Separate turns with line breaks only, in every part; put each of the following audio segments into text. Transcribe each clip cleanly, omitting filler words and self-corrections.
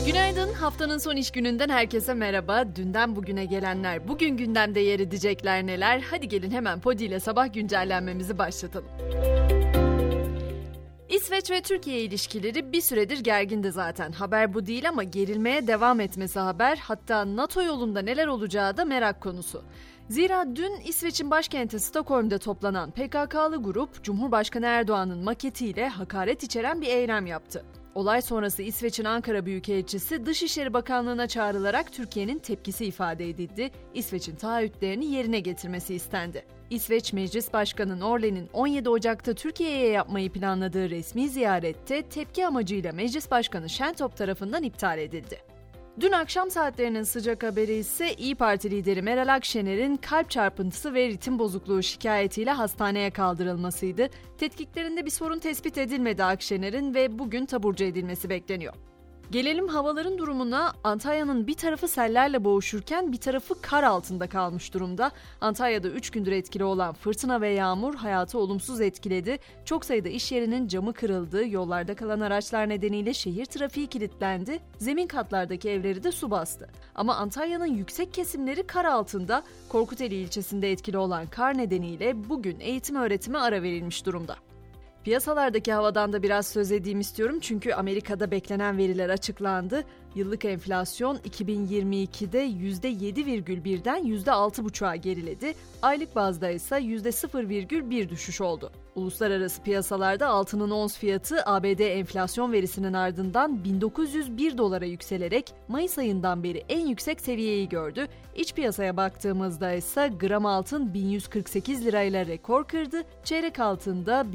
Günaydın, haftanın son iş gününden herkese merhaba. Dünden bugüne gelenler, bugün gündemde yer edecekler neler? Hadi gelin hemen Podi ile sabah güncellenmemizi başlatalım. İsveç ve Türkiye ilişkileri bir süredir gergindi zaten. Haber bu değil ama gerilmeye devam etmesi haber. Hatta NATO yolunda neler olacağı da merak konusu. Zira dün İsveç'in başkenti Stockholm'da toplanan PKK'lı grup, Cumhurbaşkanı Erdoğan'ın maketiyle hakaret içeren bir eylem yaptı. Olay sonrası İsveç'in Ankara Büyükelçisi Dışişleri Bakanlığı'na çağrılarak Türkiye'nin tepkisi ifade edildi. İsveç'in taahhütlerini yerine getirmesi istendi. İsveç Meclis Başkanı Norlé'nin 17 Ocak'ta Türkiye'ye yapmayı planladığı resmi ziyarette tepki amacıyla Meclis Başkanı Şentop tarafından iptal edildi. Dün akşam saatlerinin sıcak haberi ise İYİ Parti lideri Meral Akşener'in kalp çarpıntısı ve ritim bozukluğu şikayetiyle hastaneye kaldırılmasıydı. Tetkiklerinde bir sorun tespit edilmedi Akşener'in ve bugün taburcu edilmesi bekleniyor. Gelelim havaların durumuna. Antalya'nın bir tarafı sellerle boğuşurken bir tarafı kar altında kalmış durumda. Antalya'da 3 gündür etkili olan fırtına ve yağmur hayatı olumsuz etkiledi. Çok sayıda iş yerinin camı kırıldı, yollarda kalan araçlar nedeniyle şehir trafiği kilitlendi, zemin katlardaki evleri de su bastı. Ama Antalya'nın yüksek kesimleri kar altında. Korkuteli ilçesinde etkili olan kar nedeniyle bugün eğitim öğretime ara verilmiş durumda. Piyasalardaki havadan da biraz söz edeyim istiyorum çünkü Amerika'da beklenen veriler açıklandı. Yıllık enflasyon 2022'de %7,1'den %6,5'a geriledi. Aylık bazda ise %0,1 düşüş oldu. Uluslararası piyasalarda altının ons fiyatı ABD enflasyon verisinin ardından 1901 dolara yükselerek Mayıs ayından beri en yüksek seviyeyi gördü. İç piyasaya baktığımızda ise gram altın 1148 lirayla rekor kırdı, çeyrek altın da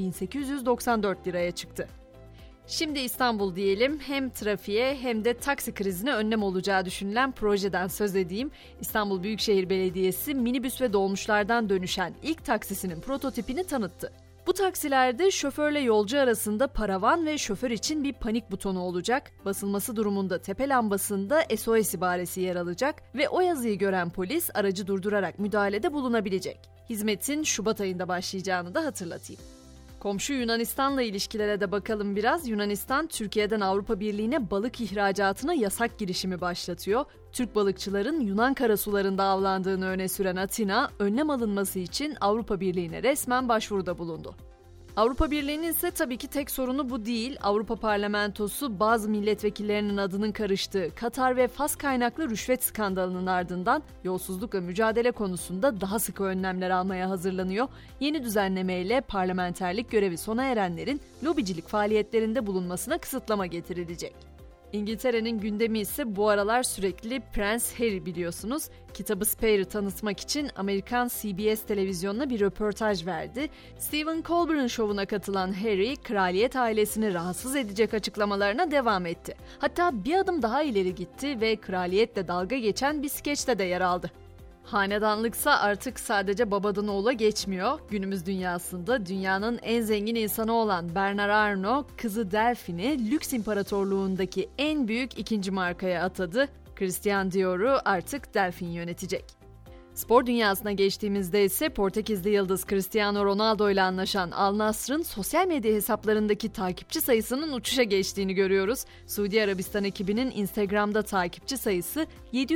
1894 liraya çıktı. Şimdi İstanbul diyelim, hem trafiğe hem de taksi krizine önlem olacağı düşünülen projeden söz edeyim. İstanbul Büyükşehir Belediyesi minibüs ve dolmuşlardan dönüşen ilk taksisinin prototipini tanıttı. Bu taksilerde şoförle yolcu arasında paravan ve şoför için bir panik butonu olacak. Basılması durumunda tepe lambasında SOS ibaresi yer alacak ve o yazıyı gören polis aracı durdurarak müdahalede bulunabilecek. Hizmetin Şubat ayında başlayacağını da hatırlatayım. Komşu Yunanistan'la ilişkilere de bakalım biraz. Yunanistan, Türkiye'den Avrupa Birliği'ne balık ihracatına yasak girişimi başlatıyor. Türk balıkçıların Yunan karasularında avlandığını öne süren Atina, önlem alınması için Avrupa Birliği'ne resmen başvuruda bulundu. Avrupa Birliği'nin ise tabii ki tek sorunu bu değil. Avrupa Parlamentosu bazı milletvekillerinin adının karıştığı Katar ve Fas kaynaklı rüşvet skandalının ardından yolsuzlukla mücadele konusunda daha sıkı önlemler almaya hazırlanıyor. Yeni düzenlemeyle parlamenterlik görevi sona erenlerin lobicilik faaliyetlerinde bulunmasına kısıtlama getirilecek. İngiltere'nin gündemi ise bu aralar sürekli Prens Harry biliyorsunuz. Kitabı Spare'ı tanıtmak için Amerikan CBS televizyonuna bir röportaj verdi. Stephen Colbert'ın şovuna katılan Harry, kraliyet ailesini rahatsız edecek açıklamalarına devam etti. Hatta bir adım daha ileri gitti ve kraliyetle dalga geçen bir skeçte de yer aldı. Hanedanlıksa artık sadece babadan oğula geçmiyor. Günümüz dünyasında dünyanın en zengin insanı olan Bernard Arnault, kızı Delphine'i lüks imparatorluğundaki en büyük ikinci markaya atadı. Christian Dior'u artık Delphine yönetecek. Spor dünyasına geçtiğimizde ise Portekizli yıldız Cristiano Ronaldo ile anlaşan Al Nassr'ın sosyal medya hesaplarındaki takipçi sayısının uçuşa geçtiğini görüyoruz. Suudi Arabistan ekibinin Instagram'da takipçi sayısı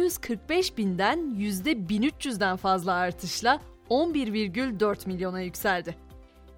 745 binden %1300'den fazla artışla 11,4 milyona yükseldi.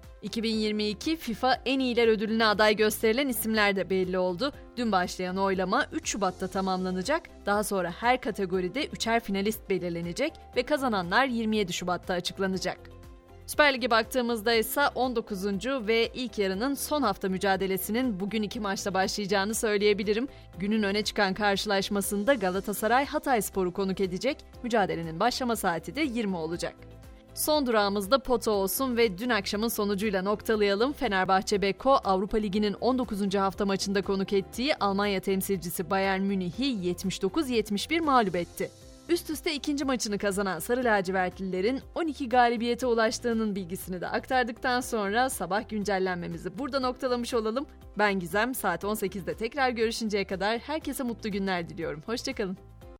2022 FIFA En İyiler Ödülü'ne aday gösterilen isimler de belli oldu. Dün başlayan oylama 3 Şubat'ta tamamlanacak. Daha sonra her kategoride 3'er finalist belirlenecek ve kazananlar 27 Şubat'ta açıklanacak. Süper Lig'e baktığımızda ise 19. ve ilk yarının son hafta mücadelesinin bugün 2 maçla başlayacağını söyleyebilirim. Günün öne çıkan karşılaşmasında Galatasaray Hatayspor'u konuk edecek. Mücadelenin başlama saati de 20 olacak. Son durağımızda Porto olsun ve dün akşamın sonucuyla noktalayalım. Fenerbahçe Beko Avrupa Ligi'nin 19. hafta maçında konuk ettiği Almanya temsilcisi Bayern Münih'i 79-71 mağlup etti. Üst üste ikinci maçını kazanan Sarı Lacivertlilerin 12 galibiyete ulaştığının bilgisini de aktardıktan sonra sabah güncellenmemizi burada noktalamış olalım. Ben Gizem, saat 18'de tekrar görüşünceye kadar herkese mutlu günler diliyorum. Hoşçakalın.